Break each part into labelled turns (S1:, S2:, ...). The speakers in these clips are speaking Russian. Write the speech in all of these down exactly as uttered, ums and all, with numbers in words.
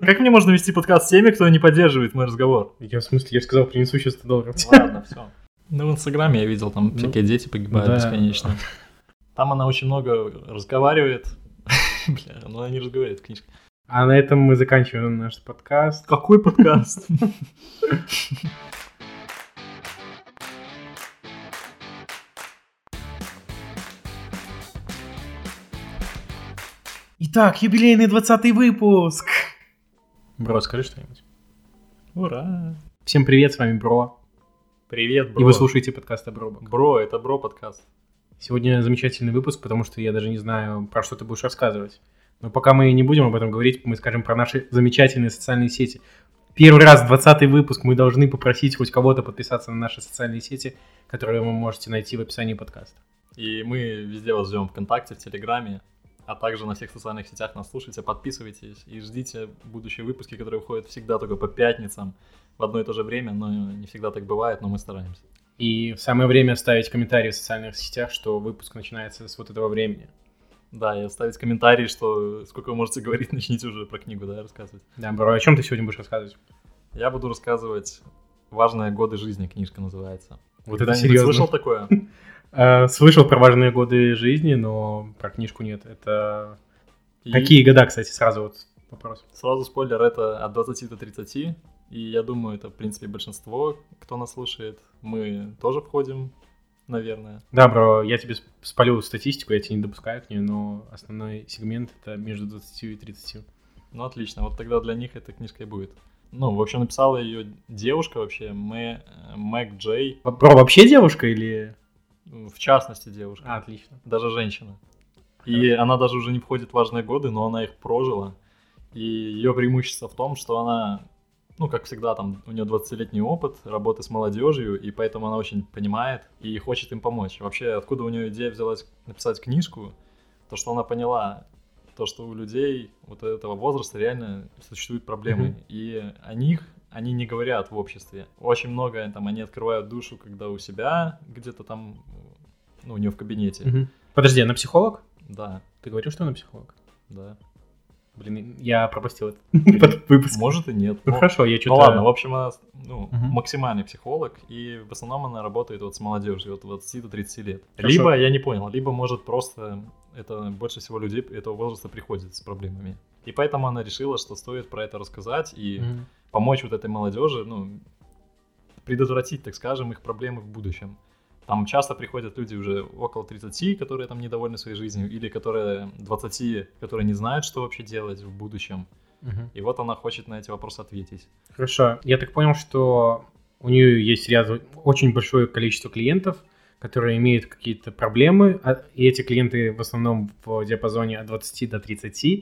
S1: Как мне можно вести подкаст с теми, кто не поддерживает мой разговор?
S2: Я в смысле, я же сказал, принесу сейчас сто долларов.
S1: Ладно, все. Ну, в Инстаграме я видел, там ну, всякие дети погибают да. бесконечно. Там она очень много разговаривает. Бля, ну она не разговаривает в книжке.
S2: А на этом мы заканчиваем наш подкаст.
S1: Какой подкаст?
S2: Итак, юбилейный двадцатый выпуск.
S1: Бро, скажи что-нибудь.
S2: Ура! Всем привет, с вами Бро.
S1: Привет, Бро.
S2: И вы слушаете подкаст Обробок.
S1: Бро, это Бро подкаст.
S2: Сегодня замечательный выпуск, потому что я даже не знаю, про что ты будешь рассказывать. Но пока мы не будем об этом говорить, мы скажем про наши замечательные социальные сети. Первый раз, двадцатый выпуск, мы должны попросить хоть кого-то подписаться на наши социальные сети, которые вы можете найти в описании подкаста.
S1: И мы везде вас ждем, ВКонтакте, в Телеграме, а также на всех социальных сетях нас слушайте, подписывайтесь и ждите будущие выпуски, которые выходят всегда только по пятницам в одно и то же время, но не всегда так бывает, но мы стараемся.
S2: И самое время оставить комментарии в социальных сетях, что выпуск начинается с вот этого времени.
S1: Да, и оставить комментарии, что сколько вы можете говорить, начните уже про книгу, да, рассказывать.
S2: Да, Бро, о чем ты сегодня будешь рассказывать?
S1: Я буду рассказывать «Важные годы жизни», книжка называется.
S2: Вот это серьезно.
S1: Слышал такое?
S2: Слышал про «Важные годы жизни», но про книжку нет. Это какие года, кстати, сразу вот вопрос?
S1: Сразу спойлер, это от двадцати до тридцати, и я думаю, это, в принципе, большинство, кто нас слушает. Мы тоже входим. Наверное.
S2: Да, Бро, я тебе спалю статистику, я тебя не допускаю к ней, но основной сегмент это между двадцатью и тридцатью.
S1: Ну, отлично, вот тогда для них эта книжка и будет. Ну, в общем, написала ее девушка вообще, Мэ, Мэг Джей.
S2: Бро, вообще девушка или...
S1: В частности девушка.
S2: А, отлично.
S1: Даже женщина. Хорошо. И она даже уже не входит в важные годы, но она их прожила. И ее преимущество в том, что она... Ну, как всегда, там у нее двадцатилетний опыт работы с молодежью, и поэтому она очень понимает и хочет им помочь. Вообще, откуда у нее идея взялась написать книжку, то, что она поняла, то, что у людей вот этого возраста реально существуют проблемы, mm-hmm. и о них они не говорят в обществе. Очень много там они открывают душу, когда у себя где-то там, ну, у нее в кабинете.
S2: Mm-hmm. Подожди, она психолог?
S1: Да.
S2: Ты говорил, что она психолог?
S1: Да.
S2: Блин, я пропустил этот выпуск.
S1: Может и нет.
S2: Ну, ну хорошо, я что-то...
S1: Ну ладно, в общем, она ну, uh-huh. максимальный психолог, и в основном она работает вот с молодежью от двадцати до тридцати лет. Хорошо. Либо, я не понял, либо может просто, это больше всего людей этого возраста приходит с проблемами. И поэтому она решила, что стоит про это рассказать и uh-huh. помочь вот этой молодежи, ну, предотвратить, так скажем, их проблемы в будущем. Там часто приходят люди уже около тридцати, которые там недовольны своей жизнью, или которые двадцати, которые не знают, что вообще делать в будущем. Uh-huh. И вот она хочет на эти вопросы ответить.
S2: Хорошо. Я так понял, что у нее есть ряд, очень большое количество клиентов, которые имеют какие-то проблемы, и эти клиенты в основном в диапазоне от двадцати до тридцати.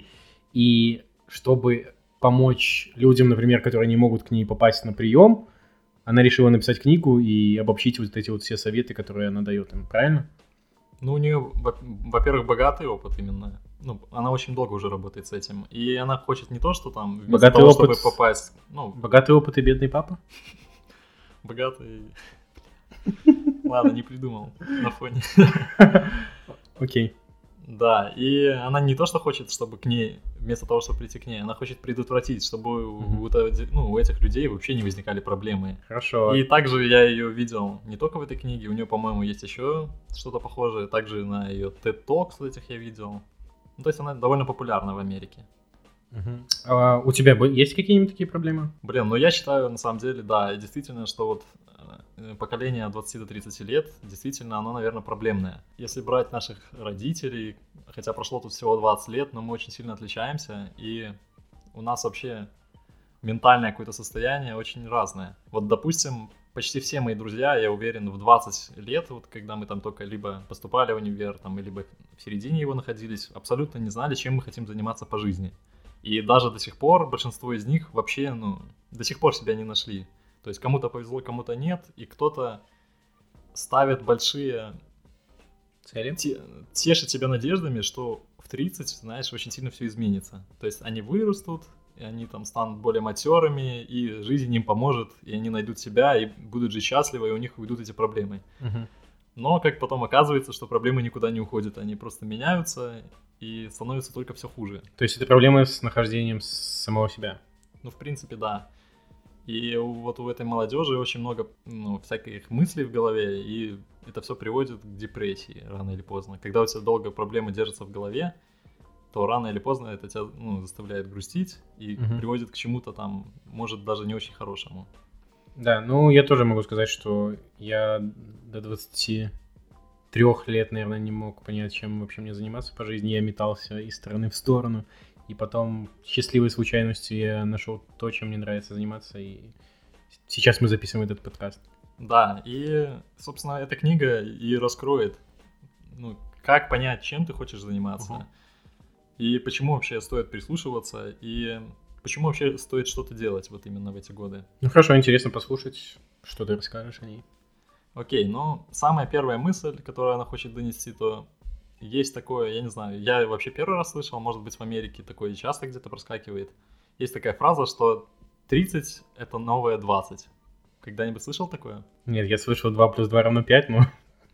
S2: И чтобы помочь людям, например, которые не могут к ней попасть на прием, она решила написать книгу и обобщить вот эти вот все советы, которые она дает им, правильно?
S1: Ну, у нее, во-первых, богатый опыт именно. Ну, она очень долго уже работает с этим. И она хочет не то, что там, вместо
S2: богатый
S1: того,
S2: опыт...
S1: чтобы попасть... Ну,
S2: богатый опыт и бедный папа?
S1: Богатый... Ладно, не придумал на фоне.
S2: Окей.
S1: Да, и она не то, что хочет, чтобы к ней, вместо того, чтобы прийти к ней, она хочет предотвратить, чтобы mm-hmm. у, ну, у этих людей вообще не возникали проблемы.
S2: Хорошо.
S1: И также я ее видел не только в этой книге, у нее, по-моему, есть еще что-то похожее, также на ее TED Talks этих я видел. Ну, то есть она довольно популярна в Америке.
S2: Uh-huh. А у тебя есть какие-нибудь такие проблемы?
S1: Блин, ну я считаю, на самом деле, да, действительно, что вот поколение от двадцати до тридцати лет, действительно, оно, наверное, проблемное. Если брать наших родителей, хотя прошло тут всего двадцать лет, но мы очень сильно отличаемся, и у нас вообще ментальное какое-то состояние очень разное. Вот, допустим, почти все мои друзья, я уверен, в двадцать лет, вот когда мы там только либо поступали в универ, там, либо в середине его находились, абсолютно не знали, чем мы хотим заниматься по жизни. И даже до сих пор большинство из них вообще, ну, до сих пор себя не нашли. То есть кому-то повезло, кому-то нет, и кто-то ставит большие
S2: цели,
S1: те, тешит себя надеждами, что в тридцать, знаешь, очень сильно все изменится. То есть они вырастут, и они там станут более матерыми, и жизнь им поможет, и они найдут себя, и будут жить счастливо, и у них уйдут эти проблемы.
S2: Угу.
S1: Но как потом оказывается, что проблемы никуда не уходят, они просто меняются, и становится только все хуже.
S2: То есть это проблемы с нахождением самого себя?
S1: Ну, в принципе, да. И вот у этой молодежи очень много ну, всяких мыслей в голове, и это все приводит к депрессии рано или поздно. Когда у тебя долго проблемы держатся в голове, то рано или поздно это тебя ну, заставляет грустить и угу. приводит к чему-то там, может, даже не очень хорошему.
S2: Да, ну я тоже могу сказать, что я до двадцати трёх лет, наверное, не мог понять, чем вообще мне заниматься по жизни. Я метался из стороны в сторону. И потом счастливой случайностью я нашел то, чем мне нравится заниматься, и сейчас мы записываем этот подкаст.
S1: Да, и, собственно, эта книга и раскроет, ну, как понять, чем ты хочешь заниматься, uh-huh. и почему вообще стоит прислушиваться, и почему вообще стоит что-то делать вот именно в эти годы.
S2: Ну хорошо, интересно послушать, что ты расскажешь о ней.
S1: Окей, ну, самая первая мысль, которую она хочет донести, то... Есть такое, я не знаю, я вообще первый раз слышал, может быть, в Америке такое часто где-то проскакивает. Есть такая фраза, что тридцать — это новое двадцать. Когда-нибудь слышал такое?
S2: Нет, я слышал два плюс два равно пять, но...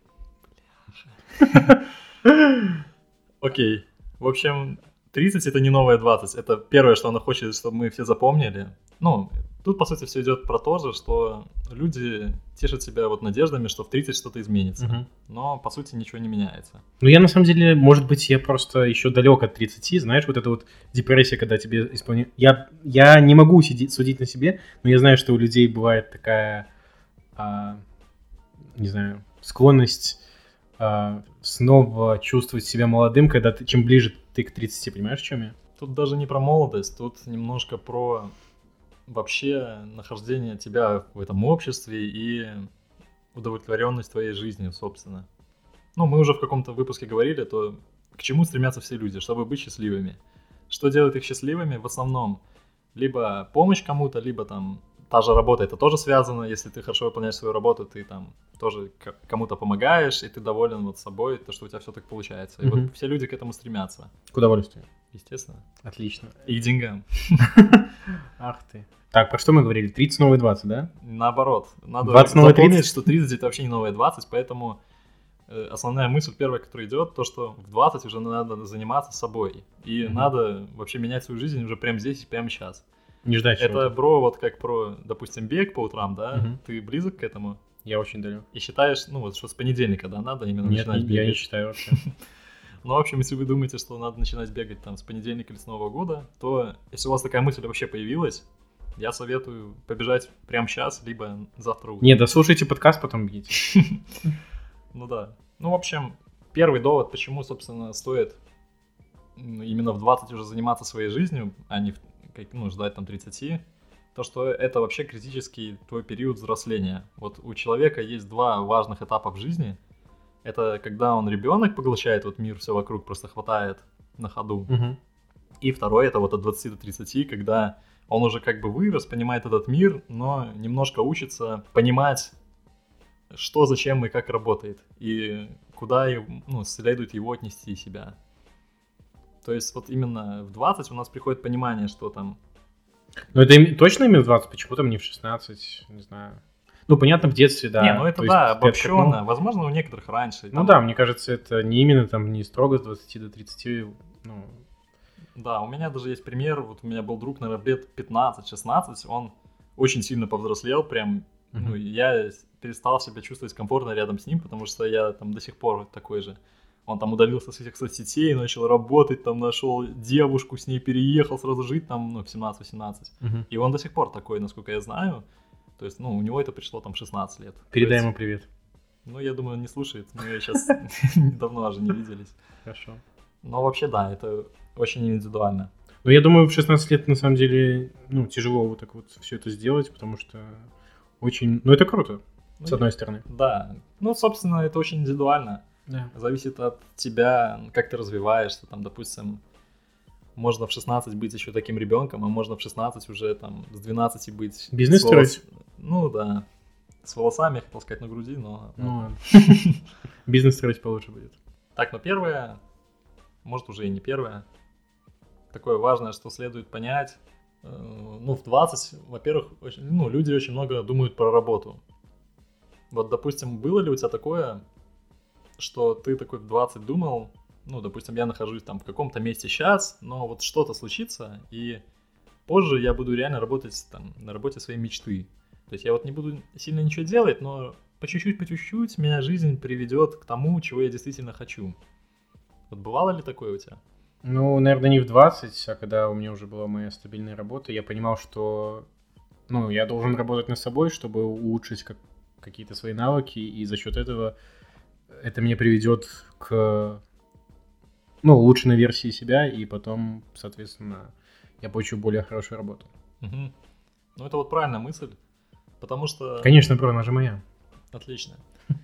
S1: Окей, в общем, тридцать — это не новое двадцать. Это первое, что она хочет, чтобы мы все запомнили. Ну, тут, по сути, все идет про то же, что люди тешат себя вот надеждами, что в тридцать что-то изменится. Угу. Но, по сути, ничего не меняется.
S2: Ну, я, на самом деле, может быть, я просто еще далек от тридцати, знаешь, вот эта вот депрессия, когда тебе исполняют... Я, я не могу сидеть, судить на себе, но я знаю, что у людей бывает такая, а, не знаю, склонность а, снова чувствовать себя молодым, когда ты, чем ближе ты к тридцати, понимаешь, в чем я?
S1: Тут даже не про молодость, тут немножко про... вообще нахождение тебя в этом обществе и удовлетворенность твоей жизнью, собственно. Ну, мы уже в каком-то выпуске говорили, то к чему стремятся все люди, чтобы быть счастливыми. Что делает их счастливыми? В основном либо помощь кому-то, либо там та же работа, это тоже связано. Если ты хорошо выполняешь свою работу, ты там тоже кому-то помогаешь, и ты доволен вот собой, то, что у тебя все так получается. И mm-hmm. вот все люди к этому стремятся.
S2: К удовольствию.
S1: Естественно.
S2: Отлично.
S1: И к деньгам.
S2: Ах ты. Так, про что мы говорили? тридцать новые двадцать, да?
S1: Наоборот. Надо
S2: двадцать новые
S1: запомнить,
S2: тридцать?
S1: что тридцать это вообще не новые двадцать, поэтому э, основная мысль первая, которая идет, то, что в двадцать уже надо заниматься собой. И mm-hmm. надо вообще менять свою жизнь уже прямо здесь и прямо сейчас.
S2: Не ждать
S1: это,
S2: чего-то.
S1: бро, вот как про, допустим, бег по утрам, да?
S2: Mm-hmm.
S1: Ты близок к этому?
S2: Я очень далек.
S1: И считаешь, ну вот, что с понедельника, да, надо именно
S2: Нет,
S1: начинать
S2: не,
S1: бегать?
S2: я не считаю вообще.
S1: Ну, в общем, если вы думаете, что надо начинать бегать там с понедельника или с Нового года, то если у вас такая мысль вообще появилась, я советую побежать прямо сейчас, либо завтра утром.
S2: Нет, да слушайте подкаст, потом бегите.
S1: Ну да. Ну, в общем, первый довод, почему, собственно, стоит именно в двадцать уже заниматься своей жизнью, а не ну, ждать там тридцати, то, что это вообще критический твой период взросления. Вот у человека есть два важных этапа в жизни. Это когда он ребенок, поглощает вот мир, все вокруг просто хватает на ходу.
S2: Угу.
S1: И второй, это вот от двадцати до тридцати, когда он уже как бы вырос, понимает этот мир, но немножко учится понимать, что, зачем и как работает, и куда ну, следует его отнести себя. То есть вот именно в двадцать у нас приходит понимание, что там...
S2: Ну это точно именно в двадцать? Почему-то мне в шестнадцать, не знаю... Ну, понятно, в детстве, да.
S1: Не, ну это
S2: то
S1: да,
S2: есть,
S1: обобщенно.
S2: ну...
S1: Возможно, у некоторых раньше.
S2: Ну там... да, мне кажется, это не именно там не строго с двадцати до тридцати. Ну...
S1: Да, у меня даже есть пример. Вот у меня был друг, наверное, лет пятнадцать-шестнадцать. Он очень сильно повзрослел. Прям, mm-hmm. ну, я перестал себя чувствовать комфортно рядом с ним, потому что я там до сих пор такой же. Он там удалился с этих соцсетей, начал работать, там нашел девушку, с ней переехал сразу жить там, ну, в семнадцать-восемнадцать.
S2: Mm-hmm.
S1: И он до сих пор такой, насколько я знаю. То есть, ну, у него это пришло там шестнадцать лет.
S2: Передай
S1: есть,
S2: ему привет.
S1: Ну, я думаю, он не слушает. Мы сейчас давно уже не виделись.
S2: Хорошо.
S1: Но вообще, да, это очень индивидуально.
S2: Ну, я думаю, в шестнадцать лет, на самом деле, ну, тяжело вот так вот все это сделать, потому что очень... Ну, это круто, с одной стороны.
S1: Да. Ну, собственно, это очень индивидуально.
S2: Да.
S1: Зависит от тебя, как ты развиваешься. Там, допустим, можно в шестнадцать быть еще таким ребенком, а можно в шестнадцать уже там с двенадцати быть...
S2: Бизнес строить?
S1: Ну, да. С волосами, хотел сказать, на груди, но...
S2: Ну, ладно. Бизнес строить получше будет.
S1: Так, ну первое, может уже и не первое, такое важное, что следует понять. Ну, в двадцать, во-первых, очень, ну, люди очень много думают про работу. Вот, допустим, было ли у тебя такое, что ты такой в двадцать думал, ну, допустим, я нахожусь там в каком-то месте сейчас, но вот что-то случится, и позже я буду реально работать там на работе своей мечты. То есть я вот не буду сильно ничего делать, но по чуть-чуть, по чуть-чуть меня жизнь приведет к тому, чего я действительно хочу. Вот бывало ли такое у тебя?
S2: Ну, наверное, не в двадцать, а когда у меня уже была моя стабильная работа, я понимал, что ну, я должен работать над собой, чтобы улучшить как, какие-то свои навыки, и за счет этого это меня приведет к ну, улучшенной версии себя, и потом, соответственно, я получу более хорошую работу.
S1: Угу. Ну, это вот правильная мысль, потому что...
S2: Конечно, бро, она же моя.
S1: Отлично.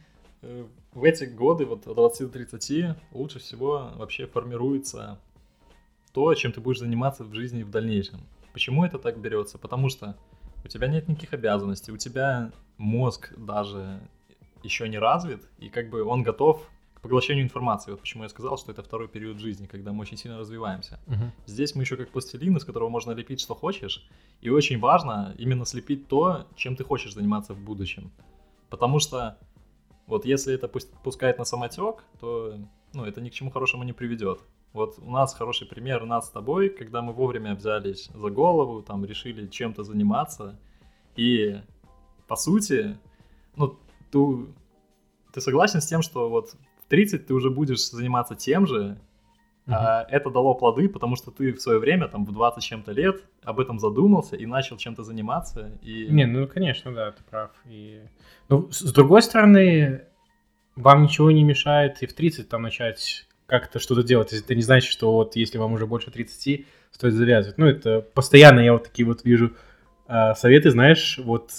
S1: В эти годы, вот от двадцати до тридцати, лучше всего вообще формируется то, чем ты будешь заниматься в жизни в дальнейшем. Почему это так берется? Потому что у тебя нет никаких обязанностей, у тебя мозг даже еще не развит, и как бы он готов к поглощению информации. Вот почему я сказал, что это второй период жизни, когда мы очень сильно развиваемся.
S2: Uh-huh.
S1: Здесь мы еще как пластилин, из которого можно лепить что хочешь, и очень важно именно слепить то, чем ты хочешь заниматься в будущем. Потому что вот если это пускает на самотек, то ну, это ни к чему хорошему не приведет. Вот у нас хороший пример, нас с тобой, когда мы вовремя взялись за голову, там решили чем-то заниматься. И по сути, ну, ты, ты согласен с тем, что вот в тридцать ты уже будешь заниматься тем же, uh-huh. а это дало плоды, потому что ты в свое время, там, в двадцать чем-то лет об этом задумался и начал чем-то заниматься. И...
S2: Не, ну, конечно, да, ты прав. И... Ну, с другой стороны, вам ничего не мешает и в тридцать там начать как-то что-то делать. Это не значит, что вот если вам уже больше тридцати, стоит завязывать. Ну, это постоянно я вот такие вот вижу э, советы, знаешь, вот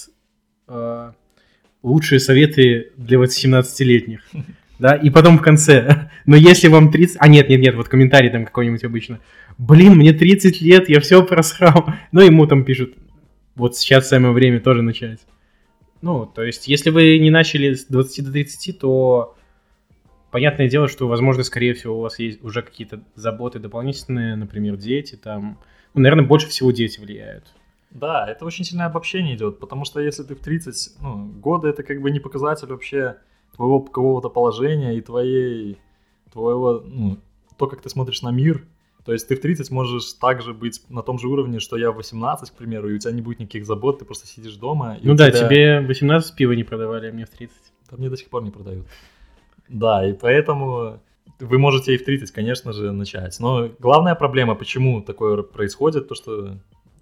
S2: э, лучшие советы для вот семнадцатилетних. Да, и потом в конце. Но если вам тридцать... А, нет, нет, нет, вот комментарий там какой-нибудь обычно. Блин, мне тридцать лет, я все просрал. Ну, ему там пишут, вот сейчас самое время тоже начать. Ну, то есть, если вы не начали с двадцати до тридцати, то понятное дело, что, возможно, скорее всего, у вас есть уже какие-то заботы дополнительные, например, дети там. Ну, наверное, больше всего дети влияют.
S1: Да, это очень сильное обобщение идет, потому что если ты в тридцать, ну, годы это как бы не показатель вообще твоего какого-то положения и твоей, твоего, ну, то, как ты смотришь на мир. То есть ты в тридцать можешь также быть на том же уровне, что я в восемнадцать, к примеру, и у тебя не будет никаких забот, ты просто сидишь дома. И
S2: ну да,
S1: тебя...
S2: тебе в восемнадцать пива не продавали, а мне в тридцать.
S1: Да мне до сих пор не продают. Да, и поэтому вы можете и в тридцать, конечно же, начать. Но главная проблема, почему такое происходит, то что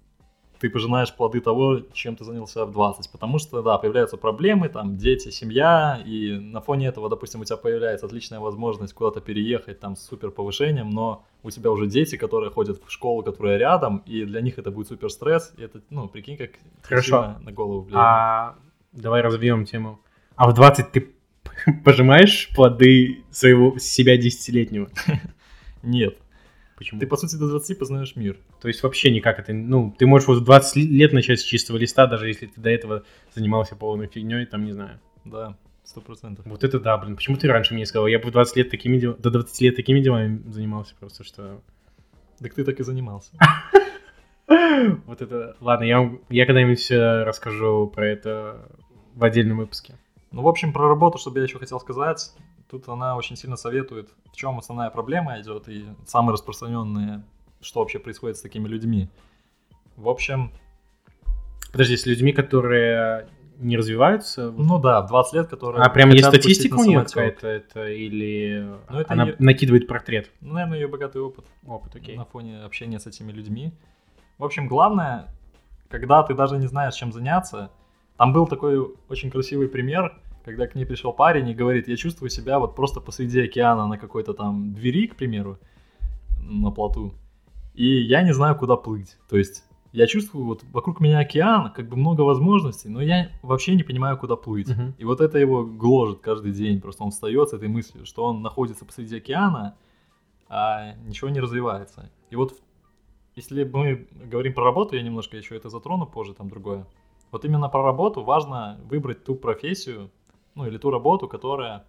S1: ты пожинаешь плоды того, чем ты занялся в двадцать. Потому что, да, появляются проблемы, там, дети, семья, и на фоне этого, допустим, у тебя появляется отличная возможность куда-то переехать, там, с супер повышением, но у тебя уже дети, которые ходят в школу, которая рядом, и для них это будет супер стресс, и это, ну, прикинь, как
S2: хорошо
S1: на голову влияет.
S2: А давай развьем тему. А в двадцать ты пожимаешь плоды своего себя десятилетнего?
S1: Нет.
S2: Почему?
S1: Ты, по сути, до двадцати познаешь мир.
S2: То есть вообще никак это... Ну, ты можешь вот в двадцать лет начать с чистого листа, даже если ты до этого занимался полной фигней, там, не знаю.
S1: Да, сто процентов.
S2: Вот это да, блин. Почему ты раньше мне не сказал? Я бы в двадцать лет такими дел... до двадцати лет такими делами занимался просто, что...
S1: Так ты так и занимался.
S2: Вот это... Ладно, я, я когда-нибудь расскажу про это в отдельном выпуске.
S1: Ну, в общем, про работу, чтобы я еще хотел сказать, тут она очень сильно советует, в чем основная проблема идет и самые распространенные, что вообще происходит с такими людьми. В общем...
S2: Подожди, с людьми, которые не развиваются?
S1: Ну да, в двадцать лет, которые...
S2: А прям есть статистика у нее какая-то, это, или
S1: ну, это
S2: она
S1: ее...
S2: накидывает портрет?
S1: Ну, наверное, ее богатый опыт.
S2: Опыт, окей.
S1: На фоне общения с этими людьми. В общем, главное, когда ты даже не знаешь, чем заняться. Там был такой очень красивый пример, когда к ней пришел парень и говорит, я чувствую себя вот просто посреди океана на какой-то там двери, к примеру, на плоту, и я не знаю, куда плыть. То есть я чувствую, вот вокруг меня океан, как бы много возможностей, но я вообще не понимаю, куда плыть. Uh-huh. И вот это его гложет каждый день. Просто он встает с этой мыслью, что он находится посреди океана, а ничего не развивается. И вот если мы говорим про работу, я немножко еще это затрону позже, там другое. Вот именно про работу важно выбрать ту профессию, ну или ту работу, которая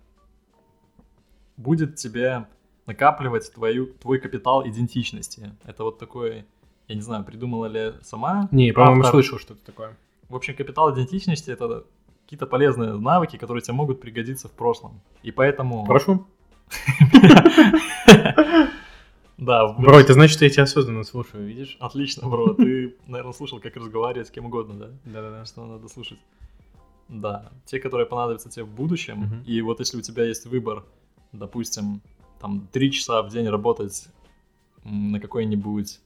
S1: будет тебе накапливать твою, твой капитал идентичности. Это вот такой, я не знаю, придумала ли сама.
S2: Не, по-моему, слышал что-то такое.
S1: В общем, капитал идентичности — это какие-то полезные навыки, которые тебе могут пригодиться в прошлом. И поэтому...
S2: В прошлом?
S1: Да, в
S2: Бро, это значит, что я тебя осознанно слушаю, видишь?
S1: Отлично, бро. Ты, наверное, слушал, как разговаривать с кем угодно, да?
S2: Да-да-да.
S1: Что надо слушать. Да, те, которые понадобятся тебе в будущем.
S2: Мгм.
S1: И вот если у тебя есть выбор, допустим, там три часа в день работать м, на какой-нибудь,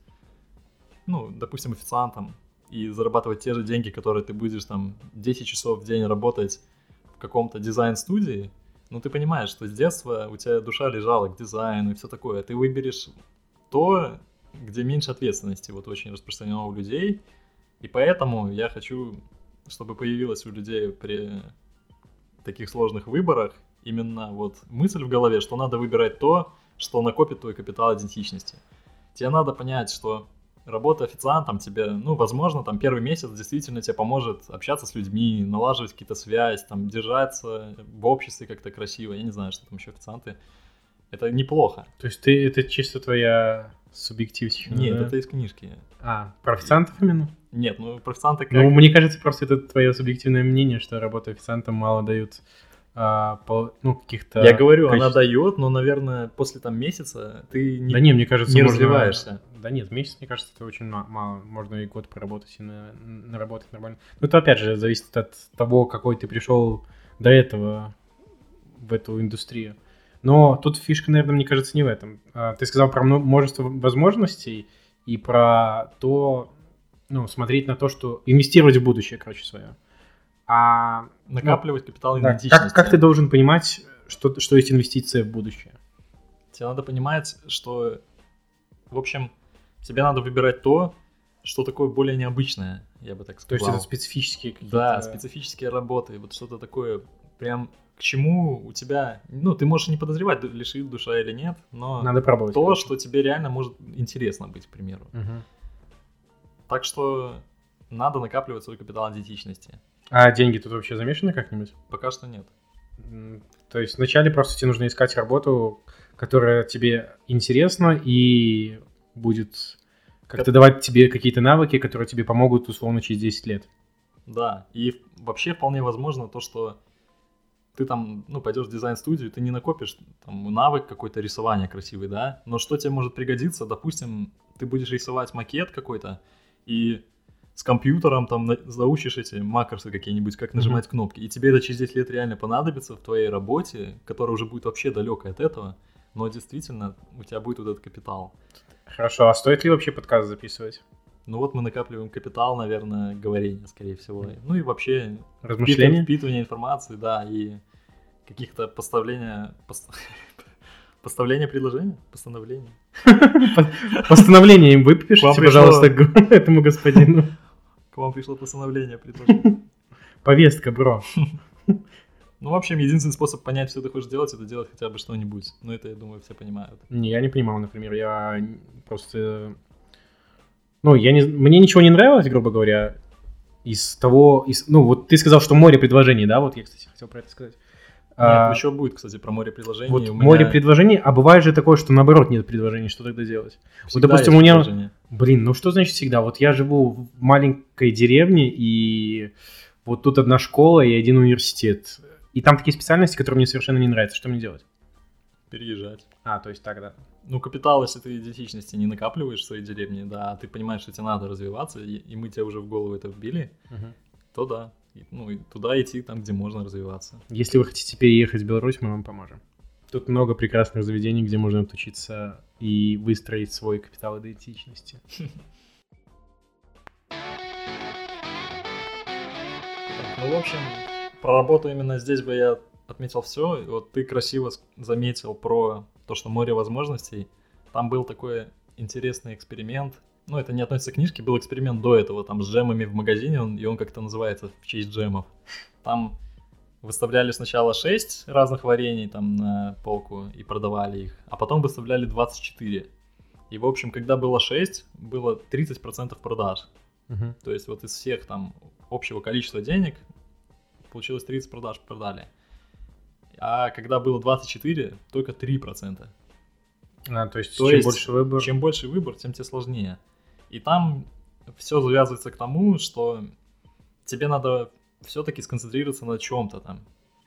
S1: ну, допустим, официантом, и зарабатывать те же деньги, которые ты будешь там десять часов в день работать в каком-то дизайн-студии, ну, ты понимаешь, что с детства у тебя душа лежала к дизайну и все такое. Ты выберешь то, где меньше ответственности, вот очень распространено у людей. И поэтому я хочу, чтобы появилась у людей при таких сложных выборах именно вот мысль в голове, что надо выбирать то, что накопит твой капитал идентичности. Тебе надо понять, что работа официантом тебе, ну, возможно, там первый месяц действительно тебе поможет общаться с людьми, налаживать какие-то связи, там, держаться в обществе как-то красиво. Я не знаю, что там еще официанты. Это неплохо.
S2: То есть ты, это чисто твоя субъективщина,
S1: Нет,
S2: да?
S1: это из книжки.
S2: А, про официантов именно?
S1: Нет, ну, про официанта как...
S2: Ну, мне кажется, просто это твое субъективное мнение, что работа официантом мало дают, а, по, ну, каких-то...
S1: Я говорю,
S2: качеств.
S1: она дает, но, наверное, после там месяца ты не,
S2: Да не, мне кажется,
S1: не
S2: можно-
S1: развиваешься.
S2: Да нет, месяц, мне кажется, это очень ма- мало. Можно и год поработать, и на, наработать нормально. Ну, это, опять же, зависит от того, какой ты пришел до этого в эту индустрию. Но тут фишка, наверное, мне кажется, не в этом. А, Ты сказал про мно- множество возможностей и про то, ну, смотреть на то, что инвестировать в будущее, короче, свое. А
S1: Накапливать капитал
S2: да,
S1: идентичности.
S2: как, как ты должен понимать, что, что есть инвестиция в будущее?
S1: Тебе надо понимать, что, в общем, тебе надо выбирать то, что такое более необычное, я бы так
S2: То есть
S1: сказал.
S2: это специфические какие-то...
S1: Да, специфические работы, вот что-то такое, прям к чему у тебя, ну, ты можешь не подозревать, лишит душа или нет, но
S2: Надо пробовать.
S1: то,
S2: короче.
S1: что тебе реально может интересно быть, к примеру.
S2: Мгм.
S1: Так что надо накапливать свой капитал идентичности.
S2: А деньги тут вообще замешаны как-нибудь?
S1: Пока что нет.
S2: М, То есть вначале просто тебе нужно искать работу, которая тебе интересна и будет как-то давать тебе какие-то навыки, которые тебе помогут условно через десять лет.
S1: Да, и вообще вполне возможно то, что ты там, ну, пойдешь в дизайн-студию, ты не накопишь там навык какой-то рисования красивый, да, но что тебе может пригодиться, допустим, ты будешь рисовать макет какой-то, и с компьютером там на- заучишь эти макросы какие-нибудь, как нажимать кнопки, и тебе это через десять лет реально понадобится в твоей работе, которая уже будет вообще далекой от этого, но действительно у тебя будет вот этот капитал.
S2: Хорошо, а стоит ли вообще подкаст записывать?
S1: Ну вот мы накапливаем капитал, наверное, говорения, скорее всего. Ну и вообще
S2: Размышления?
S1: впитывание информации, да, и каких-то поставления... пос- Поставление предложения? Постановление?
S2: Постановление им
S1: К вам
S2: выпишите,
S1: пришло-
S2: пожалуйста, к этому господину.
S1: К вам пришло постановление предложения.
S2: Повестка, бро.
S1: Ну, в общем, единственный способ понять, что ты хочешь делать, это делать хотя бы что-нибудь. Ну, это, я думаю, все понимают.
S2: Не, я не понимал, например, я просто... Ну, я не... мне ничего не нравилось, грубо говоря, из того... Из... Ну, вот ты сказал, что море предложений, да? Вот я, кстати, хотел про это сказать.
S1: Нет,
S2: А,
S1: еще будет, кстати, про море предложений.
S2: Вот
S1: У меня
S2: море предложений, а бывает же такое, что наоборот нет предложений, что тогда делать?
S1: всегда
S2: допустим,
S1: есть
S2: у меня-
S1: предложение.
S2: Блин, ну что значит всегда? Вот я живу в маленькой деревне, и вот тут одна школа и один университет. И там такие специальности, которые мне совершенно не нравятся. Что мне делать?
S1: Переезжать.
S2: А, то есть тогда.
S1: Ну, капитал, если ты идентичности не накапливаешь в своей деревне, да, а ты понимаешь, что тебе надо развиваться, и, и мы тебе уже в голову это вбили, то да. И, ну, и туда идти, там, где можно развиваться.
S2: Если вы хотите переехать в Беларусь, мы вам поможем. Тут много прекрасных заведений, где можно отучиться и выстроить свой капитал идентичности.
S1: Ну, в общем, про работу именно здесь бы я отметил все. И вот ты красиво с- заметил про то, что море возможностей. Там был такой интересный эксперимент. Ну, это не относится к книжке, был эксперимент до этого, там, с джемами в магазине, он, и он как-то называется в честь джемов. Там выставляли сначала шесть разных варений там на полку и продавали их, а потом выставляли двадцать четыре. И, в общем, когда было шесть, было тридцать процентов продаж.
S2: Мгм.
S1: То есть вот из всех там общего количества денег получилось тридцать продаж продали. А когда было двадцать четыре, только три процента.
S2: А, то есть
S1: То
S2: чем
S1: есть,
S2: больше выбор...
S1: Чем больше выбор, тем тебе сложнее. И там все завязывается к тому, что тебе надо все-таки сконцентрироваться на чем-то там.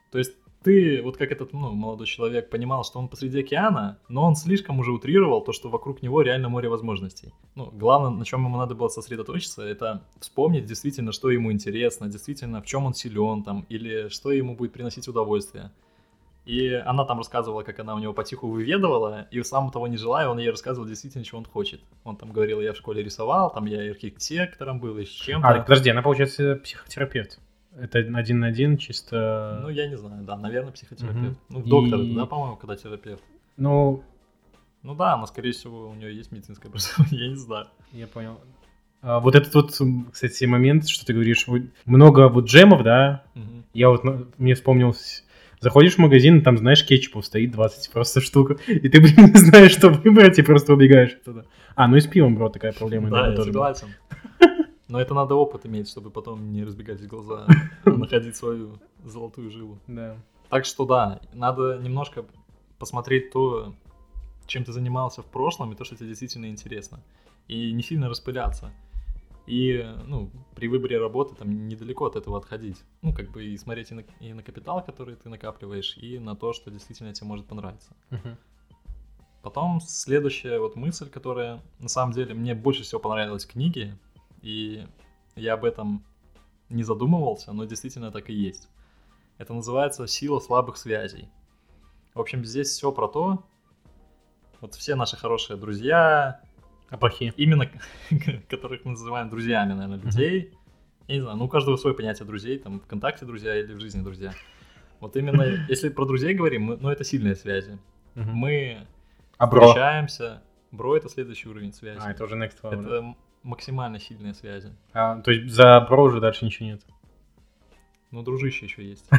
S1: То есть ты, вот как этот ну, молодой человек, понимал, что он посреди океана, но он слишком уже утрировал то, что вокруг него реально море возможностей. Ну, главное, на чем ему надо было сосредоточиться, это вспомнить действительно, что ему интересно, действительно, в чем он силен, там, или что ему будет приносить удовольствие. И она там рассказывала, как она у него потиху выведывала, и сам того не желая, он ей рассказывал действительно, что он хочет. Он там говорил, я в школе рисовал, там я и архитектором был, и с чем-то.
S2: А, подожди, она, получается, психотерапевт. Это один на один чисто...
S1: Ну, я не знаю, да, наверное, психотерапевт.
S2: Угу.
S1: Ну, доктор,
S2: и...
S1: да, по-моему, когда терапевт.
S2: Ну...
S1: Ну да, но, скорее всего, у нее есть медицинское образование, я не знаю.
S2: Я понял. А, вот этот вот, кстати, момент, что ты говоришь, много вот джемов, да? Угу. Я вот, мне вспомнился... Заходишь в магазин, там, знаешь, кетчупов стоит двадцать просто штук, и ты, блин, не знаешь, что выбрать, и просто убегаешь оттуда. А, ну и с пивом, бро, такая проблема.
S1: Да, я согласен. Но это надо опыт иметь, чтобы потом не разбегать в глаза, а находить свою золотую жилу.
S2: Да.
S1: Так что да, надо немножко посмотреть то, чем ты занимался в прошлом, и то, что тебе действительно интересно. И не сильно распыляться. И, ну, при выборе работы там недалеко от этого отходить. Ну, как бы и смотреть и на, и на капитал, который ты накапливаешь, и на то, что действительно тебе может понравиться.
S2: Uh-huh.
S1: Потом следующая вот мысль, которая, на самом деле, мне больше всего понравилась в книге, и я об этом не задумывался, но действительно так и есть. Это называется «Сила слабых связей». В общем, здесь все про то, вот все наши хорошие друзья...
S2: А плохие?
S1: Именно, которых мы называем друзьями, наверное, людей. Uh-huh. Я не знаю, ну у каждого свое понятие друзей, там, ВКонтакте друзья или в жизни друзья. Вот именно, если про друзей говорим, мы, ну это сильные связи. Uh-huh. Мы а встречаемся. Бро? Бро — это следующий уровень связи.
S2: А, это уже next level.
S1: Это да? Максимально сильные связи.
S2: А, то есть за бро уже дальше ничего нет?
S1: Ну, дружище еще есть.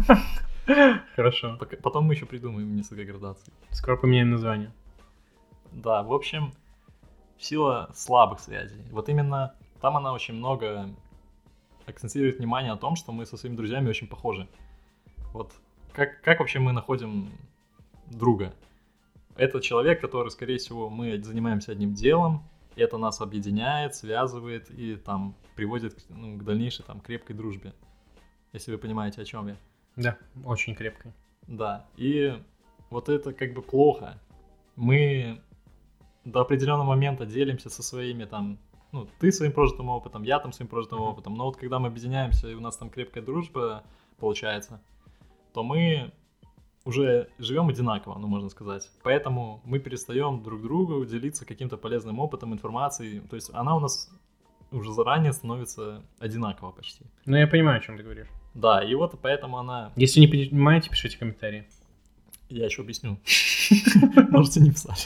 S2: Хорошо.
S1: Потом мы еще придумаем несколько градаций.
S2: Скоро поменяем название.
S1: Да, в общем... Сила слабых связей. Вот именно там она очень много акцентирует внимание на том, что мы со своими друзьями очень похожи. Вот как, как вообще мы находим друга? Это человек, который, скорее всего, мы занимаемся одним делом, и это нас объединяет, связывает и там приводит ну, к дальнейшей там крепкой дружбе. Если вы понимаете, о чем я.
S2: Да, очень крепкой.
S1: Да, и вот это как бы плохо. Мы... до определенного момента делимся со своими там, ну, ты своим прожитым опытом, я там своим прожитым mm-hmm. опытом, но вот когда мы объединяемся и у нас там крепкая дружба получается, то мы уже живем одинаково, ну, можно сказать. Поэтому мы перестаем друг другу делиться каким-то полезным опытом, информацией, то есть она у нас уже заранее становится одинаково почти.
S2: Ну, я понимаю, о чем ты говоришь.
S1: Да, и вот поэтому она...
S2: Если не понимаете, пишите комментарии.
S1: Я еще объясню. Можете не писать.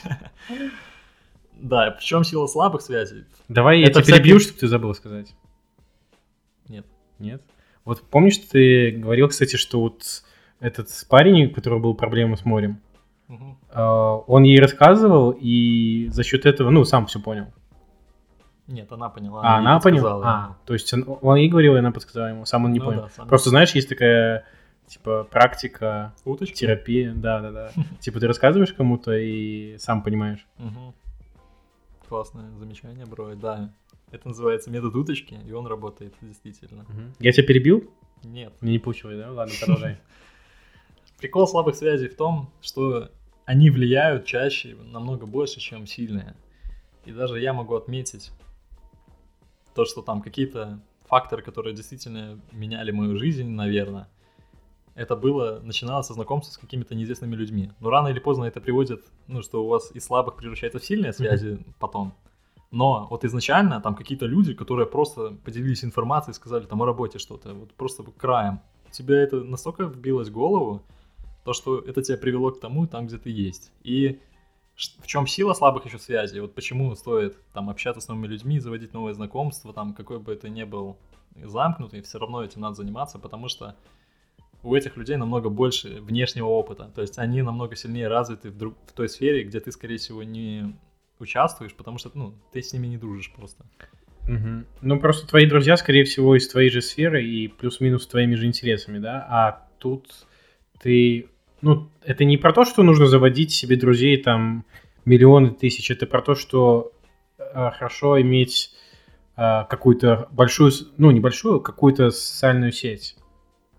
S1: Да, в чем сила слабых связей?
S2: Давай я тебя перебью, что ты забыл сказать.
S1: Нет.
S2: Нет? Вот помнишь, ты говорил, кстати, что вот этот парень, у которого была проблема с морем, угу. он ей рассказывал, и за счет этого, ну, сам все понял.
S1: Нет, она поняла.
S2: А, она поняла? А, то есть он, он ей говорил, и она подсказала ему, сам он не ну, понял. Да, просто, знаешь, есть такая... Типа практика,
S1: уточки?
S2: Терапия, да-да-да. Типа ты рассказываешь кому-то и сам понимаешь.
S1: Угу. Классное замечание, бро, да. Это называется метод уточки, и он работает действительно.
S2: Угу. Я тебя перебил?
S1: Нет.
S2: Мне не получилось, да? Ладно, продолжай.
S1: Прикол слабых связей в том, что они влияют чаще, намного больше, чем сильные. И даже я могу отметить то, что там какие-то факторы, которые действительно меняли мою жизнь, наверное, это было, начиналось со знакомства с какими-то неизвестными людьми. Но рано или поздно это приводит, ну, что у вас из слабых превращается в сильные связи mm-hmm. потом. Но вот изначально там какие-то люди, которые просто поделились информацией, сказали там о работе что-то, вот просто краем. Тебе это настолько вбилось в голову, то, что это тебя привело к тому, там, где ты есть. И в чем сила слабых еще связей? Вот почему стоит там общаться с новыми людьми, заводить новые знакомства, там, какой бы это ни был замкнутый, все равно этим надо заниматься, потому что у этих людей намного больше внешнего опыта. То есть они намного сильнее развиты в, друг, в той сфере, где ты, скорее всего, не участвуешь, потому что ну, ты с ними не дружишь просто.
S2: Угу. Ну, просто твои друзья, скорее всего, из твоей же сферы и плюс-минус с твоими же интересами, да? А тут ты... Ну, это не про то, что нужно заводить себе друзей там миллионы тысяч. Это про то, что э, хорошо иметь э, какую-то большую... Ну, небольшую, какую-то социальную сеть,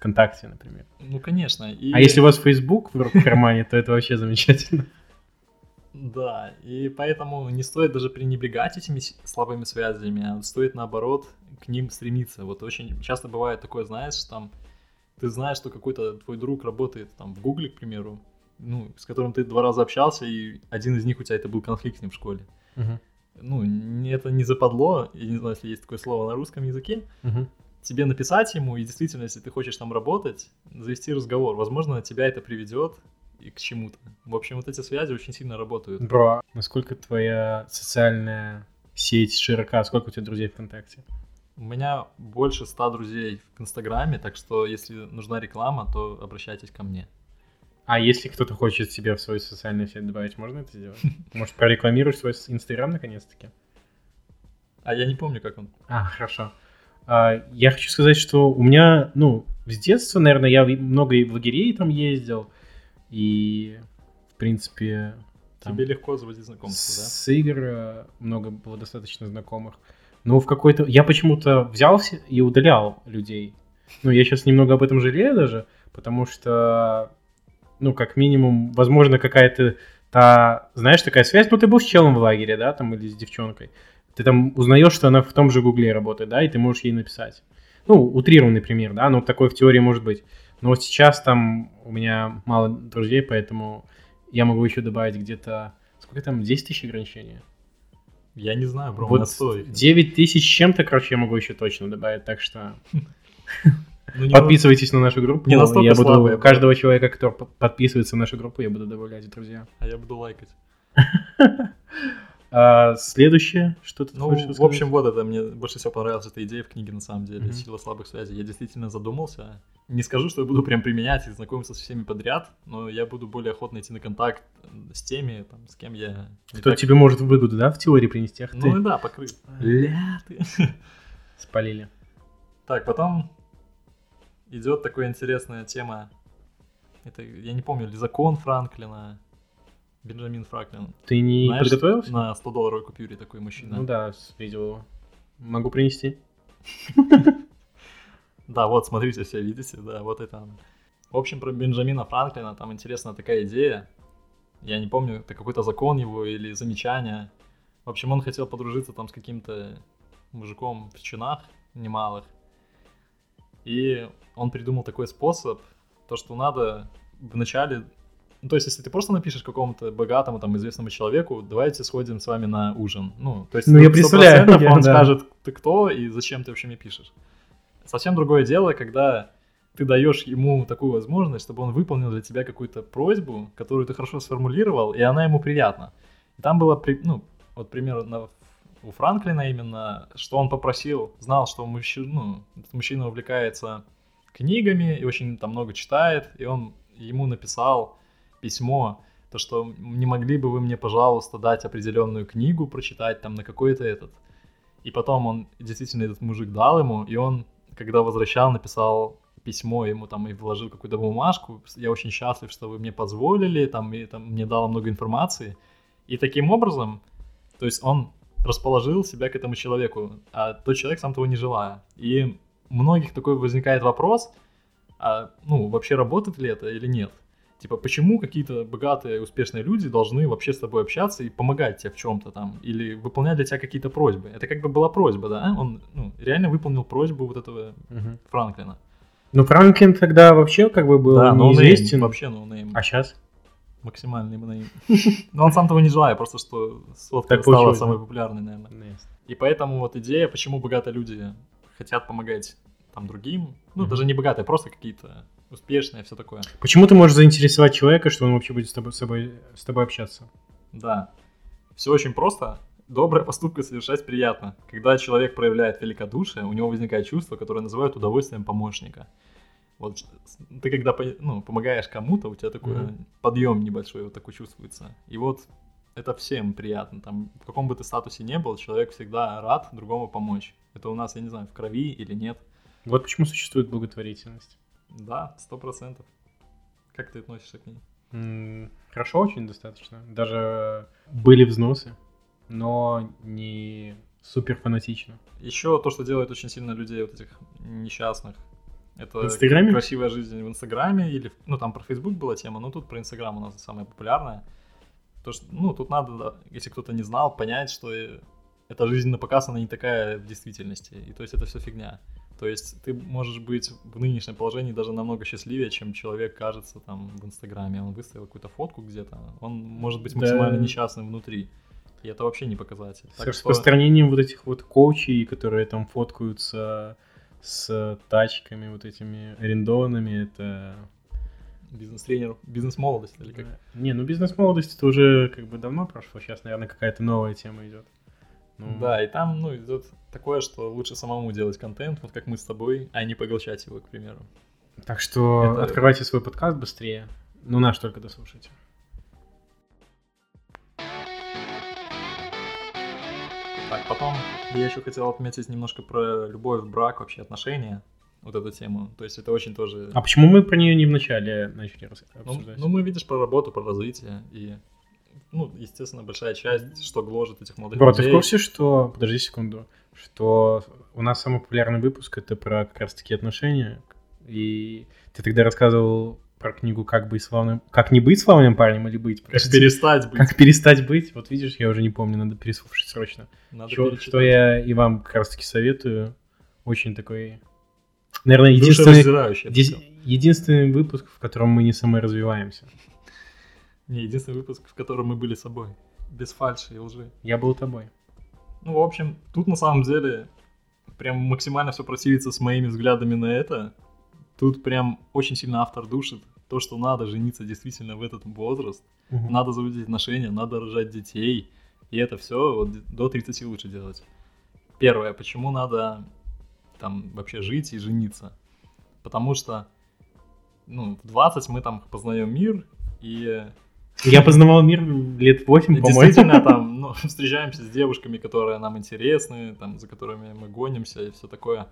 S2: ВКонтакте, например.
S1: Ну, конечно. И...
S2: А если у вас Facebook в кармане, то это вообще замечательно.
S1: Да, и поэтому не стоит даже пренебрегать этими слабыми связями, а стоит, наоборот, к ним стремиться. Вот очень часто бывает такое, знаешь, там, ты знаешь, что какой-то твой друг работает там в Гугле, к примеру, ну, с которым ты два раза общался, и один из них у тебя это был конфликт с ним в школе.
S2: Uh-huh.
S1: Ну, это не западло, я не знаю, если есть такое слово на русском языке,
S2: uh-huh.
S1: тебе написать ему, и действительно, если ты хочешь там работать, завести разговор, возможно, тебя это приведет и к чему-то. В общем, вот эти связи очень сильно работают.
S2: Бро, насколько твоя социальная сеть широка? Сколько у тебя друзей ВКонтакте?
S1: У меня больше ста друзей в Инстаграме, так что если нужна реклама, то обращайтесь ко мне.
S2: А если кто-то хочет себя в свою социальную сеть добавить, можно это сделать? Может, прорекламируешь свой Инстаграм наконец-таки?
S1: А я не помню, как он.
S2: А, хорошо. А, я хочу сказать, что у меня, ну, с детства, наверное, я много и в лагерей там ездил, и, в принципе... Там
S1: тебе легко заводить знакомства, да?
S2: С игр много было достаточно знакомых. Но в какой-то... Я почему-то взялся и удалял людей. Ну, я сейчас немного об этом жалею даже, потому что, ну, как минимум, возможно, какая-то та, знаешь, такая связь. Ну, ты был с челом в лагере, да, там, или с девчонкой. Ты там узнаешь, что она в том же Гугле работает, да, и ты можешь ей написать. Ну, утрированный пример, да, но такое в теории может быть. Но вот сейчас там у меня мало друзей, поэтому я могу еще добавить где-то... Сколько там? десять тысяч ограничения?
S1: Я не знаю, бро,
S2: вот
S1: на сто их.
S2: девять тысяч чем-то, короче, я могу еще точно добавить, так что подписывайтесь на нашу группу.
S1: Не настолько
S2: я буду
S1: слабые,
S2: каждого человека, кто подписывается на нашу группу, я буду добавлять в друзья.
S1: А я буду лайкать.
S2: А следующее, что ты
S1: Ну,
S2: хочешь
S1: в
S2: рассказать?
S1: общем, вот это мне больше всего понравилась эта идея в книге, на самом деле, «Сила слабых связей». Я действительно задумался. Не скажу, что я буду прям применять и знакомиться со всеми подряд, но я буду более охотно идти на контакт с теми, там, с кем я...
S2: Кто
S1: так...
S2: тебе может выгоду, да, в теории принести? Ах,
S1: ну
S2: ты.
S1: да, покрыть.
S2: Ля ты. Спалили.
S1: Так, потом идет такая интересная тема. Это, я не помню, ли закон Франклина, Бенджамин Франклин.
S2: Ты не
S1: Знаешь,
S2: подготовился?
S1: На сто-долларовой купюре такой мужчина.
S2: Ну да, видел его. Могу принести?
S1: Да, вот, смотрите, все видите, да, вот это оно. В общем, про Бенджамина Франклина там интересная такая идея. Я не помню, это какой-то закон его или замечание. В общем, он хотел подружиться там с каким-то мужиком в чинах немалых. И он придумал такой способ, то, что надо вначале... Ну, то есть, если ты просто напишешь какому-то богатому, там, известному человеку, давайте сходим с вами на ужин. Ну, то есть,
S2: ну, я представляю,
S1: он
S2: я,
S1: скажет,
S2: да.
S1: ты кто и зачем ты вообще мне пишешь. Совсем другое дело, когда ты даешь ему такую возможность, чтобы он выполнил для тебя какую-то просьбу, которую ты хорошо сформулировал, и она ему приятна. И там было, ну, вот примерно у Франклина именно, что он попросил, знал, что мужчина, ну, мужчина увлекается книгами и очень там много читает, и он ему написал письмо, то, что не могли бы вы мне, пожалуйста, дать определенную книгу прочитать там на какой-то этот. И потом он, действительно, этот мужик дал ему, и он, когда возвращал, написал письмо ему там и вложил какую-то бумажку. Я очень счастлив, что вы мне позволили, там, и там мне дало много информации. И таким образом, то есть он расположил себя к этому человеку, а тот человек сам того не желая. И у многих такой возникает вопрос, а, ну, вообще работает ли это или нет? Типа, почему какие-то богатые, успешные люди должны вообще с тобой общаться и помогать тебе в чем-то там, или выполнять для тебя какие-то просьбы? Это как бы была просьба, да? Он, ну, реально выполнил просьбу вот этого угу. Франклина.
S2: Ну, Франклин тогда вообще как бы был да, неизвестен.
S1: Вообще ноунейм.
S2: А сейчас?
S1: Максимальный ноунейм. Но он сам того не желает, просто что сотка стала самой популярной, наверное. И поэтому вот идея, почему богатые люди хотят помогать там другим, ну, даже не богатые, просто какие-то успешные, все такое.
S2: Почему ты можешь заинтересовать человека, что он вообще будет с тобой, с тобой, с тобой общаться?
S1: Да. Все очень просто. Добрая поступка совершать приятно. Когда человек проявляет великодушие, у него возникает чувство, которое называют удовольствием помощника. Вот ты когда ну, помогаешь кому-то, у тебя такой mm-hmm. подъем небольшой вот такой чувствуется. И вот это всем приятно. Там, в каком бы ты статусе ни был, человек всегда рад другому помочь. Это у нас, я не знаю, в крови или нет.
S2: Вот почему существует благотворительность.
S1: Да, сто процентов. Как ты относишься к ней?
S2: М-м, хорошо, очень достаточно. Даже были взносы, но не супер фанатично.
S1: Еще то, что делает очень сильно людей вот этих несчастных, Это
S2: В Инстаграме?
S1: красивая жизнь в Инстаграме, или, ну, там про Фейсбук была тема, но тут про Инстаграм у нас самая популярная. То, что, ну, тут надо, если кто-то не знал, понять, что эта жизнь на показ, она не такая в действительности, и то есть это все фигня. То есть ты можешь быть в нынешнем положении даже намного счастливее, чем человек кажется там в Инстаграме. Он выставил какую-то фотку где-то, он может быть максимально
S2: Да.
S1: несчастным внутри. И это вообще не показатель.
S2: С
S1: Так что
S2: распространением вот этих вот коучей, которые там фоткаются с тачками вот этими арендованными, это...
S1: бизнес-тренер, бизнес-молодость или как?
S2: Не, ну бизнес-молодость это уже как бы давно прошло, сейчас, наверное, какая-то новая тема идет. Ну,
S1: Да, и там, ну, идет такое, что лучше самому делать контент, вот как мы с тобой, а не поглощать его, к примеру.
S2: Так что
S1: Это-
S2: открывайте свой подкаст быстрее. Ну, наш только дослушайте.
S1: Так, потом я еще хотел отметить немножко про любовь, брак, вообще отношения, вот эту тему. То есть это очень тоже...
S2: А почему мы про нее не вначале начали рас-
S1: Ну,
S2: обсуждать?
S1: ну, мы видишь про работу, про развитие, и, ну, естественно, большая часть, что гложет этих молодых
S2: Бро, ты
S1: людей.
S2: в курсе, что... Подожди секунду. Что у нас самый популярный выпуск это про как раз-таки отношения. И ты тогда рассказывал про книгу «Как быть славным...» Как не быть славным парнем или быть?
S1: Как
S2: Прости.
S1: перестать быть.
S2: Как перестать быть? Вот видишь, я уже не помню, надо переслушать срочно.
S1: Надо
S2: Чё-
S1: перечитать.
S2: что я и вам как раз-таки советую. Очень такой... Наверное, единственный,
S1: Душераздирающий, я бы
S2: ди-
S1: сказал.
S2: единственный выпуск, в котором мы не саморазвиваемся.
S1: Не, единственный выпуск, в котором мы были собой. Без фальши и лжи.
S2: Я был тобой.
S1: Ну, в общем, тут на самом деле прям максимально все противится с моими взглядами на это. Тут прям очень сильно автор душит то, что надо жениться действительно в этот возраст.
S2: Мгм.
S1: Надо заводить отношения, надо рожать детей. И это все вот до тридцати лучше делать. Первое, почему надо там вообще жить и жениться? Потому что, ну, в двадцать мы там познаем мир, и
S2: Я познавал мир лет восемь,
S1: и
S2: по-моему.
S1: действительно там, ну, встречаемся с девушками, которые нам интересны, там, за которыми мы гонимся и все такое.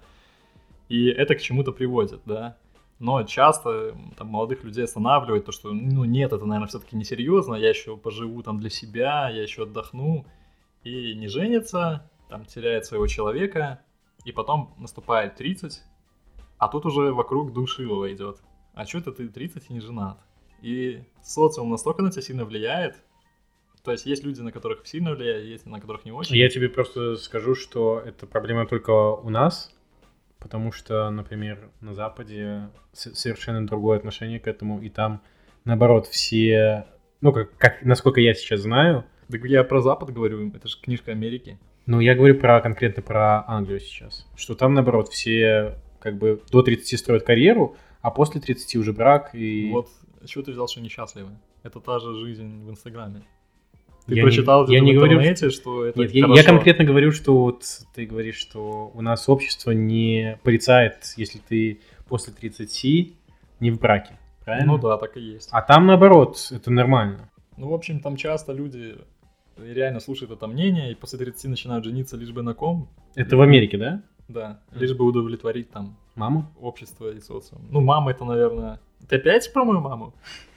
S1: И это к чему-то приводит, да. Но часто там молодых людей останавливает то, что, ну, нет, это, наверное, все-таки несерьезно, я еще поживу там для себя, я еще отдохну. И не женится, там, теряет своего человека, и потом наступает тридцать, а тут уже вокруг душилова идет. А что это ты тридцать и не женат? И социум настолько на тебя сильно влияет. То есть есть люди, на которых сильно влияет, есть на которых не очень.
S2: Я тебе просто скажу, что это проблема только у нас, потому что, например, на Западе с- совершенно другое отношение к этому, и там, наоборот, все, ну, как, как насколько я сейчас знаю,
S1: Так я про Запад говорю, это же книжка Америки.
S2: ну, я говорю про конкретно про Англию сейчас, что там, наоборот, все как бы до тридцати строят карьеру, а после тридцати уже брак и...
S1: Вот, чего ты взял, что несчастливы? Это та же жизнь в Инстаграме. Ты
S2: Я
S1: прочитал
S2: не- я
S1: это
S2: не
S1: в
S2: говорю,
S1: интернете, что это
S2: Нет, я,
S1: хорошо.
S2: я конкретно говорю, что вот ты говоришь, что у нас общество не порицает, если ты после тридцати не в браке, правильно?
S1: Ну да, так и есть.
S2: А там наоборот, это нормально.
S1: Ну, в общем, там часто люди реально слушают это мнение, и после тридцати начинают жениться лишь бы на ком.
S2: Это в Америке, да?
S1: Да, лишь бы удовлетворить там
S2: Маму?
S1: общество и социум. Ну, мама это, наверное... Ты опять про мою маму?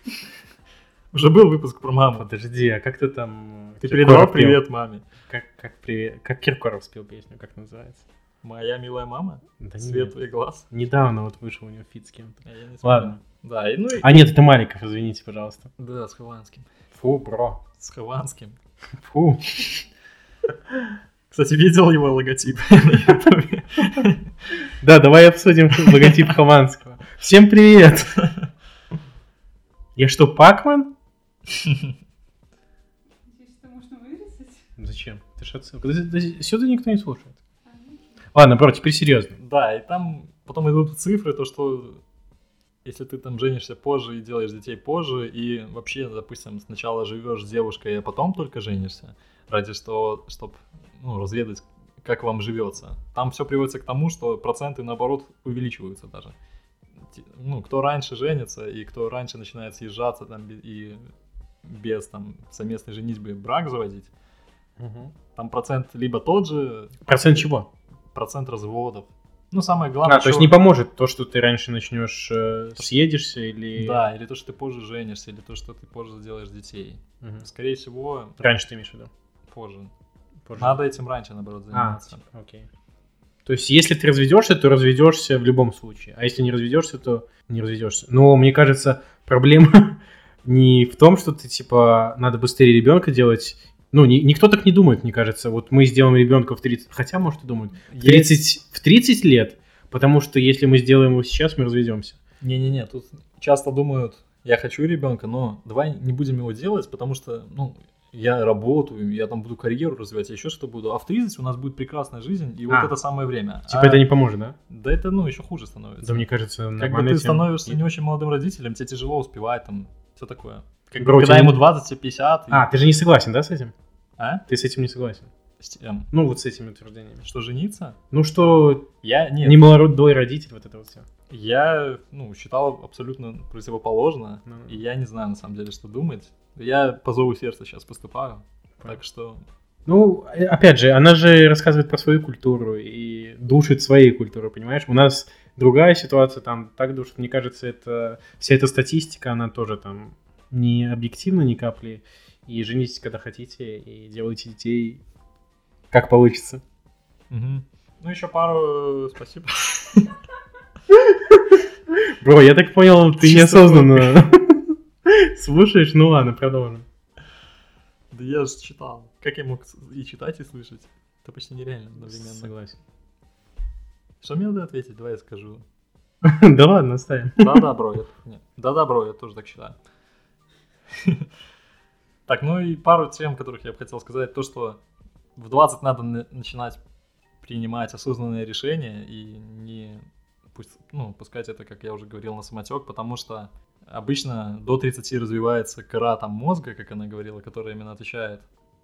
S1: Уже был выпуск про маму.
S2: Подожди, а как ты там...
S1: Ты
S2: Киркоров
S1: передавал
S2: пел?
S1: привет маме.
S2: Как, как, привет... как Киркоров спел песню, как называется?
S1: Моя милая мама,
S2: Да
S1: свет
S2: нет.
S1: твоих глаз.
S2: Недавно вот вышел у него фит с кем-то.
S1: А я не
S2: Ладно.
S1: вспомнил. Да, и ну и...
S2: А нет, это Маликов, извините, пожалуйста.
S1: Да, с Хованским.
S2: Фу, бро.
S1: С Хованским.
S2: Фу.
S1: Кстати, видел его логотип на Ютубе?
S2: Да, давай обсудим логотип Хованского. Всем привет! Я что, Пакман?
S3: Здесь это можно вырезать?
S2: Зачем? Ты ж отсылка. Да- да Сюда никто не слушает.
S3: А, ну,
S2: Ладно, бро, теперь серьезно.
S1: Да, и там потом идут цифры, то что если ты там женишься позже и делаешь детей позже, и вообще, допустим, сначала живешь с девушкой, а потом только женишься, ради того, чтобы ну, разведать, как вам живется. Там все приводится к тому, что проценты, наоборот, увеличиваются даже. Ти- Ну, кто раньше женится, и кто раньше начинает съезжаться там, бе- и без там совместной женитьбы брак заводить, там процент либо тот же,
S2: Процент чего?
S1: процент разводов. Ну, самое главное,
S2: А, то есть
S1: что-
S2: не поможет то, что ты раньше начнешь э, съедешься или...
S1: Да, или то, что ты позже женишься, или то, что ты позже сделаешь детей.
S2: Мгм.
S1: Скорее всего,
S2: Раньше ты имеешь в виду?
S1: позже.
S2: Позже.
S1: Надо этим раньше, наоборот,
S2: А,
S1: заниматься.
S2: типа, окей. То есть, если ты разведешься, то разведешься в любом случае. А если не разведешься, то не разведешься. Но мне кажется, проблема не в том, что ты, типа, надо быстрее ребенка делать. Ну, ни, никто так не думает, мне кажется. Вот мы сделаем ребенка в тридцать... Хотя, может, и думают. В тридцать, в тридцать лет, потому что если мы сделаем его сейчас, мы разведемся.
S1: Не-не-не, тут часто думают, я хочу ребенка, но давай не будем его делать, потому что, ну, я работаю, я там буду карьеру развивать, я еще что-то буду. А в тридцать у нас будет прекрасная жизнь, и
S2: А.
S1: вот это самое время.
S2: Типа
S1: а...
S2: это не поможет, да?
S1: Да это, ну, еще хуже становится.
S2: Да, мне кажется,
S1: как бы
S2: нормальная
S1: ты
S2: тема.
S1: становишься не очень молодым родителем, тебе тяжело успевать, там, все такое. Как
S2: Бро,
S1: бы, когда
S2: тебе
S1: ему
S2: не-
S1: двадцать, тебе пятьдесят. и-
S2: А, ты же не согласен, да, с этим?
S1: А?
S2: Ты с этим не согласен?
S1: С тем,
S2: Ну, вот с этими утверждениями.
S1: что жениться?
S2: Ну, что
S1: Я, нет,
S2: не молодой родитель, вот это вот все.
S1: я, ну, считал абсолютно противоположно,
S2: Ну.
S1: и я не знаю, на самом деле, что думать. Я по зову сердца сейчас поступаю, так что...
S2: Ну, э, опять же, она же рассказывает про свою культуру и душит своей культурой, понимаешь? У нас другая ситуация, там так душит. Мне кажется, это вся эта статистика, она тоже там не объективна ни капли. И женитесь, когда хотите, и делайте детей, как получится.
S1: Мгм. Ну, еще пару... Спасибо.
S2: Бро, я так понял, ты
S1: Чисто
S2: неосознанно слушаешь. Ну ладно, продолжим.
S1: Да я же читал. Как я мог с- и читать, и слышать? Это почти нереально одновременно.
S2: Согласен.
S1: Что мне надо ответить? Давай я скажу.
S2: Да ладно, оставим.
S1: Да-да, бро. я- нет. Да-да, бро, я тоже так считаю. Так, ну и пару тем, которых я бы хотел сказать. То, что в двадцать надо на- начинать принимать осознанные решения и не пусть, ну, пускать это, как я уже говорил, на самотек, потому что обычно до тридцати развивается кора там мозга, как она говорила, которая именно отвечает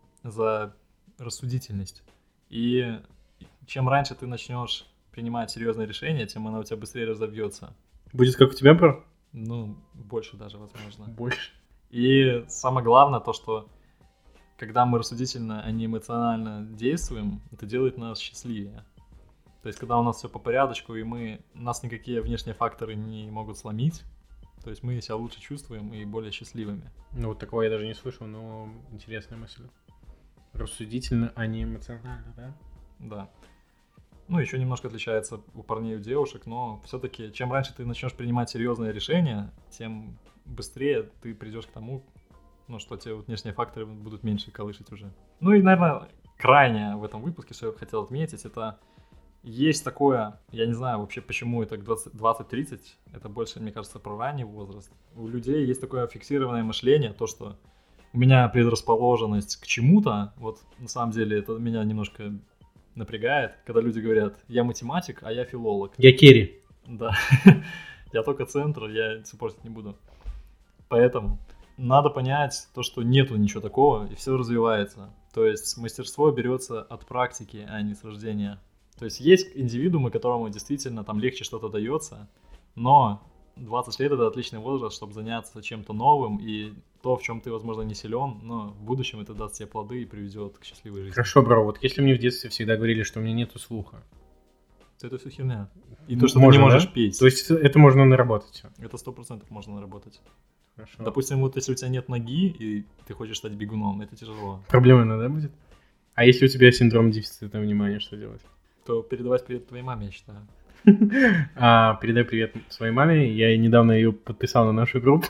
S1: за рассудительность. И чем раньше ты начнешь принимать серьезные решения, тем она у тебя быстрее разовьется.
S2: Будет как у тебя, бро?
S1: Ну, больше даже, возможно.
S2: Больше.
S1: И самое главное то, что когда мы рассудительно, а не эмоционально действуем, это делает нас счастливее. То есть, когда у нас все по порядочку, и мы, нас никакие внешние факторы не могут сломить, то есть мы себя лучше чувствуем и более счастливыми.
S2: Ну, вот такого я даже не слышал, но интересная мысль. Рассудительно, а не эмоционально, да?
S1: Да. Ну, еще немножко отличается у парней и у девушек, но все-таки, чем раньше ты начнешь принимать серьезные решения, тем быстрее ты придешь к тому, ну, что тебе вот внешние факторы будут меньше колышить уже. Ну и, наверное, крайне в этом выпуске, что я хотел отметить, это есть такое, я не знаю вообще, почему это двадцать-тридцать, это больше, мне кажется, про ранний возраст. У людей есть такое фиксированное мышление, то, что у меня предрасположенность к чему-то, вот на самом деле это меня немножко напрягает, когда люди говорят, я математик, а я филолог.
S2: Я Керри.
S1: Да, я только центр, я суппортить не буду. Поэтому надо понять то, что нету ничего такого, и все развивается. То есть мастерство берется от практики, а не с рождения. То есть есть индивидуумы, которому действительно там легче что-то дается, но двадцать лет — это отличный возраст, чтобы заняться чем-то новым, и то, в чем ты, возможно, не силен, но в будущем это даст тебе плоды и приведет к счастливой жизни.
S2: Хорошо, бро, вот если мне в детстве всегда говорили, что у меня нету слуха,
S1: Это все херня. И
S2: Ну,
S1: то, что
S2: можно,
S1: ты не можешь
S2: да?
S1: петь,
S2: то есть это можно наработать все.
S1: это сто процентов можно наработать.
S2: Хорошо.
S1: Допустим, вот если у тебя нет ноги, и ты хочешь стать бегуном, это тяжело.
S2: Проблема иногда будет? А если у тебя синдром дефицита внимания, что делать?
S1: То передавать привет твоей маме, я считаю.
S2: А, передай привет своей маме. Я недавно ее подписал на нашу группу.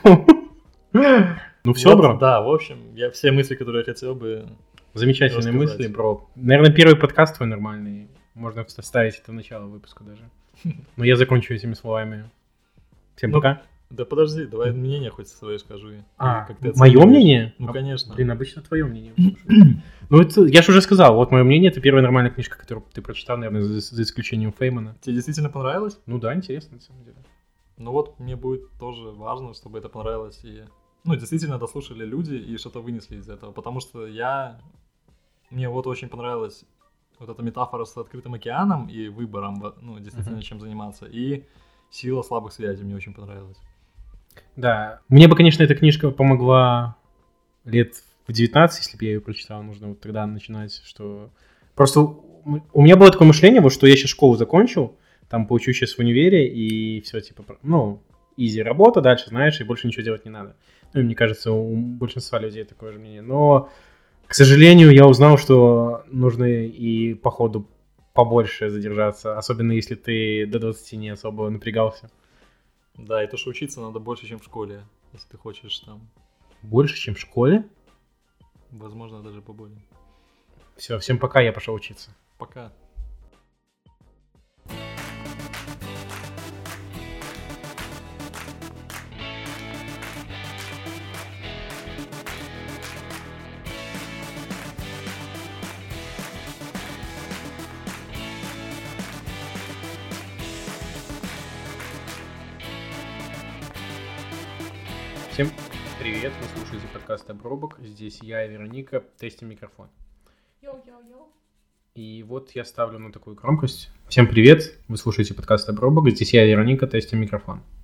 S2: Ну все,
S1: Вот,
S2: бро.
S1: Да, в общем, я все мысли, которые я хотел бы...
S2: Замечательные
S1: рассказать.
S2: мысли, бро. Наверное, первый подкаст твой нормальный. Можно вставить это в начало выпуска даже. Но я закончу этими словами. Всем
S1: Ну,
S2: пока.
S1: Да подожди, давай мнение хоть свое скажи.
S2: А,
S1: Как ты
S2: мое
S1: оцениваешь?
S2: мнение?
S1: Ну,
S2: А,
S1: конечно.
S2: Блин, обычно твое мнение. слушай. Ну, это, я же уже сказал, вот мое мнение, это первая нормальная книжка, которую ты прочитал, наверное, за, за исключением Феймана.
S1: Тебе действительно понравилось?
S2: Ну да, интересно, на самом деле.
S1: Ну вот, мне будет тоже важно, чтобы это понравилось. И, ну, действительно дослушали люди и что-то вынесли из этого. Потому что я... Мне вот очень понравилась вот эта метафора с открытым океаном и выбором, во- ну, действительно,
S2: Мгм.
S1: чем заниматься. И сила слабых связей мне очень понравилась.
S2: Да, мне бы, конечно, эта книжка помогла лет в девятнадцать, если бы я ее прочитал, нужно вот тогда начинать, что... Просто у у меня было такое мышление, вот что я сейчас школу закончил, там поучусь сейчас в универе, и все, типа, про- ну, изи работа, дальше, знаешь, и больше ничего делать не надо. Ну, и мне кажется, у большинства людей такое же мнение. Но, к сожалению, я узнал, что нужно и по ходу побольше задержаться, особенно если ты до двадцати не особо напрягался.
S1: Да, и то, что учиться надо больше, чем в школе, если ты хочешь там.
S2: Больше, чем в школе?
S1: Возможно, даже поболее.
S2: Все, всем пока, я пошел учиться.
S1: Пока.
S2: Всем привет, вы слушаете подкаст «Обробок». Здесь я и Вероника, тестим микрофон.
S3: Йоу-йоу-йоу.
S2: И вот я ставлю на такую громкость. Всем привет, вы слушаете подкаст «Обробок». Здесь я и Вероника, тестим микрофон.